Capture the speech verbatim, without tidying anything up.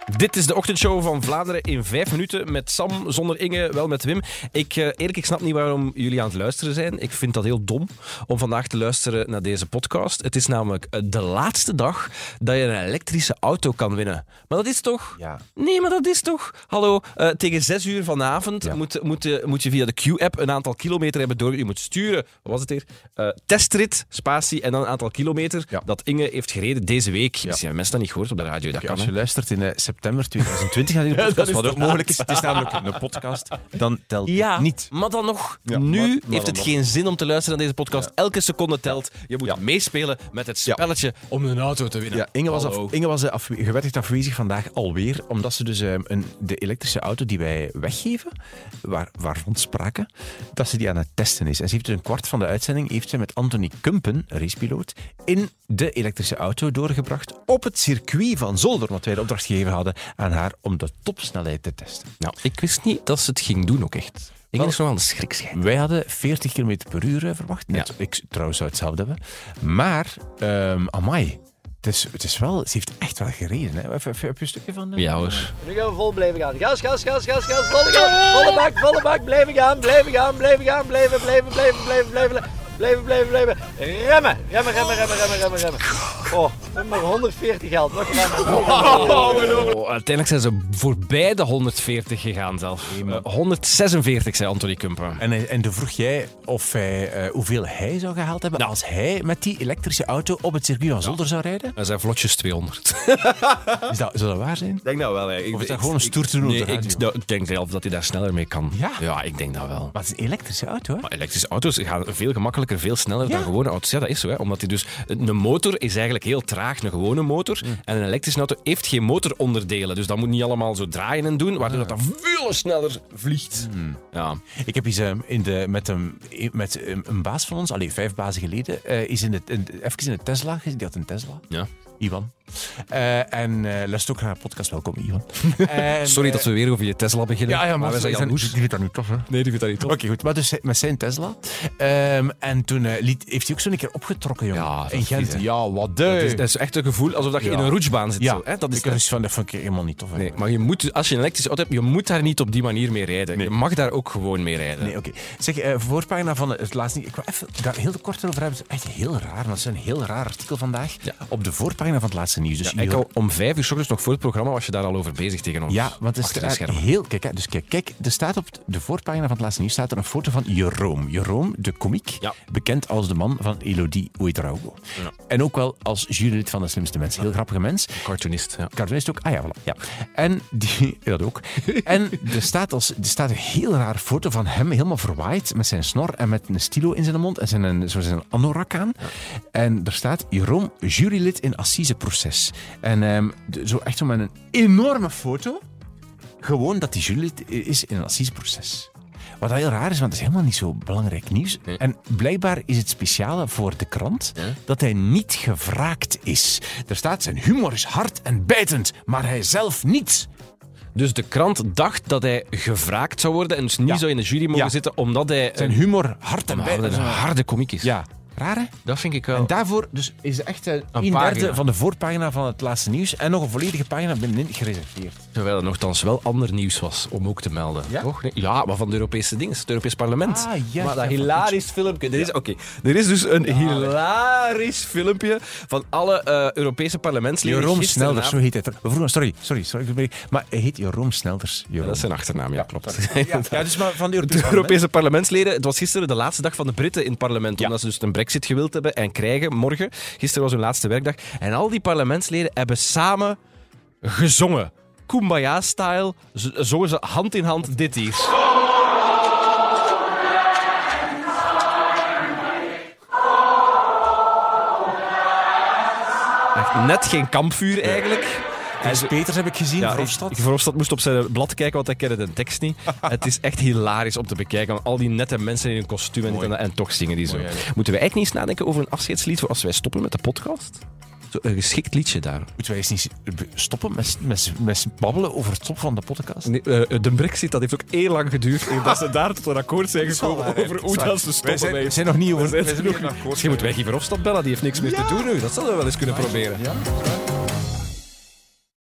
Dit is de ochtendshow van Vlaanderen in vijf minuten met Sam, zonder Inge, wel met Wim. Ik, uh, eerlijk, ik snap niet waarom jullie aan het luisteren zijn. Ik vind dat heel dom om vandaag te luisteren naar deze podcast. Het is namelijk de laatste dag dat je een elektrische auto kan winnen. Maar dat is toch... Ja. Nee, maar dat is toch... Hallo, uh, tegen zes uur vanavond ja. moet, moet, moet je via de Q-app een aantal kilometer hebben door. Je moet sturen, wat was het hier? Uh, testrit, spatie en dan een aantal kilometer ja. dat Inge heeft gereden deze week. Ja. Dus je hebt mensen dat niet gehoord op de radio. Dat ja, kan, als je hè? luistert in uh, september twintig twintig naar die podcast, wat ook mogelijk is, het is namelijk een podcast, dan telt ja, het niet. Maar dan nog, Ja, nu maar, maar heeft het nog. geen zin om te luisteren naar deze podcast. Ja. Elke seconde telt. Je moet Ja. meespelen met het spelletje ja. om een auto te winnen. Ja, Inge was, Hallo. af, Inge was af, gewettigd afwezig vandaag alweer, omdat ze dus um, een, de elektrische auto die wij weggeven, waar, waarvan spraken, dat ze die aan het testen is. En ze heeft dus een kwart van de uitzending heeft ze met Anthony Kumpen, een racepiloot, in de elektrische auto doorgebracht op het circuit van Zolder, wat wij de opdracht gegeven hadden aan haar om de topsnelheid te testen. Nou, ik wist niet dat ze het ging doen ook echt. Ik is nog wel een schrikschijn. Wij hadden veertig kilometer per uur verwacht. Net, ja. Ik trouwens zou hetzelfde hebben. Maar, um, amai. Het is, het is wel, ze heeft echt wel gereden. Hè. Even, even, heb je een stukje van? De... Ja hoor. Nu gaan we vol blijven gaan. Gas, gas, gas, gas, gas. Volle, gas, volle bak, volle bak. Blijven gaan, blijven gaan, blijven gaan. Blijven, blijven, blijven, blijven, blijven. Blijven, blijven, blijven. Remmen, remmen, remmen, remmen, remmen, remmen, remmen. Oh, nummer honderdveertig geld. Nog remmen. Oh, oh, uiteindelijk zijn ze voorbij de honderdveertig gegaan zelf. Uh, honderdzesenveertig, zei Anthony Kumpen. En, en toen vroeg jij of hij, uh, hoeveel hij zou gehaald hebben nou. als hij met die elektrische auto op het circuit van Zolder ja. zou rijden? Dat zijn vlotjes tweehonderd. Is dat, zou dat waar zijn? Ik denk dat wel. Hè. Ik, of is dat ik, gewoon een stoer te doen nee, op de radio? Ik, ik denk zelf dat hij daar sneller mee kan. Ja? Ja, ik denk dat wel. Maar het is een elektrische auto, hè? Maar elektrische auto's gaan veel gemakkelijker, veel sneller ja. dan gewone auto's. Ja, dat is zo. Hè. Omdat die dus, een motor is eigenlijk heel traag, een gewone motor. Mm. En een elektrische auto heeft geen motoronderdelen. Dus dat moet niet allemaal zo draaien en doen, waardoor ah. dat dan veel sneller vliegt. Mm. Ja. Ik heb eens um, in de, met, een, met um, een baas van ons, allee, vijf bazen geleden, uh, is in de, in, even in de Tesla gezien. Die had een Tesla. Ja. Ivan. Uh, en uh, luister ook naar de podcast. Welkom, Ivan. En, Sorry uh, dat we weer over je Tesla beginnen. Ja, ja maar, maar wij zijn Jan Hoes. Die vindt dat niet tof, hè? Nee, die vindt dat niet tof. Oké, okay, goed. Maar dus met zijn Tesla. Um, en toen uh, liet, heeft hij ook zo een keer opgetrokken, jongen. Ja, in Gent. Vies, ja, wat de... Dat is, dat is echt een gevoel alsof dat je ja. in een roetsbaan zit. Ja. Zo, hè? Dat is ik dus van, dat vond ik helemaal niet tof. Nee, maar je moet, als je een elektrische auto hebt, je moet daar niet op die manier mee rijden. Nee. Je mag daar ook gewoon mee rijden. Nee, oké. Okay. Zeg, uh, voorpagina van het laatste... Ik wil even daar heel kort over hebben. Het is echt heel raar. Dat is een heel raar artikel vandaag. Ja. Op de voorpagina van het laatste nieuws. Dus ja, ik al om vijf uur 's ochtends nog voor het programma was je daar al over bezig tegen ons. Ja, want er staat heel... Kijk, dus kijk, kijk, er staat op de voorpagina van het laatste nieuws staat er een foto van Jeroen. Jeroen, de komiek, ja. bekend als de man van Elodie Ouedraogo. Ja. En ook wel als jurylid van De Slimste Mensen. Heel grappige mens. Cartoonist, ja. Cartoonist ook. Ah ja, voilà. Ja. En die... Dat ook. En er staat, als, er staat een heel raar foto van hem, helemaal verwaaid, met zijn snor en met een stilo in zijn mond en zijn, zo zijn anorak aan. Ja. En er staat Jeroen, jurylid in assiseproces. En um, de, zo echt zo met een enorme foto. Gewoon dat hij jurylid is in een assiseproces. Wat heel raar is, want het is helemaal niet zo belangrijk nieuws. Nee. En blijkbaar is het speciale voor de krant ja? dat hij niet gevraagd is. Er staat, zijn humor is hard en bijtend, maar hij zelf niet. Dus de krant dacht dat hij gevraagd zou worden en dus niet ja. zou in de jury mogen ja. zitten, omdat hij... Zijn humor hard en bijtend. een harde komiek is. Ja. Raar, hè? Dat vind ik wel. En daarvoor dus is echt een, een derde van de voorpagina van het laatste nieuws en nog een volledige pagina binnenin gereserveerd. Terwijl er nogthans wel ander nieuws was om ook te melden. Ja, toch? Nee? Ja, maar van de Europese dingen, het Europees Parlement. Ah, ja, maar dat ja, hilarisch filmpje. Er is, ja. okay, er is dus een ja, hilarisch filmpje van alle uh, Europese parlementsleden. Jeroen Snelders, zo heet hij. Vroeger, sorry, sorry, sorry, maar hij heet Jeroen Snelders. Jeroen. Ja, dat is zijn achternaam, ja, klopt. Ja, ja, dus maar van de Europese, de Europese parlementsleden. Het was gisteren de laatste dag van de Britten in het parlement, ja. omdat ze dus een brexit gewild hebben en krijgen morgen. Gisteren was hun laatste werkdag. En al die parlementsleden hebben samen gezongen. Kumbaya-style. Zongen ze hand in hand dit hier. Net geen kampvuur eigenlijk. Dus Peters heb ik gezien, ja, Verhofstadt. Verhofstadt moest op zijn blad kijken, want hij kende de tekst niet. Het is echt hilarisch om te bekijken. Al die nette mensen in een kostuum en, en, en toch zingen die zo. Mooi, ja, ja. Moeten we eigenlijk niet eens nadenken over een afscheidslied voor als wij stoppen met de podcast? Zo een geschikt liedje daar. Moeten wij eens niet stoppen met, met, met babbelen over het stop van de podcast? Nee, uh, de Brexit, dat heeft ook heel lang geduurd. Dat ze daar tot een akkoord zijn gekomen waar, over hoe dat ze stoppen. Wij zijn, wij zijn nog niet over... Misschien moeten wij Guy Verhofstadt bellen, die heeft niks meer ja. te doen nu. Dat zouden we wel eens kunnen proberen. Ja.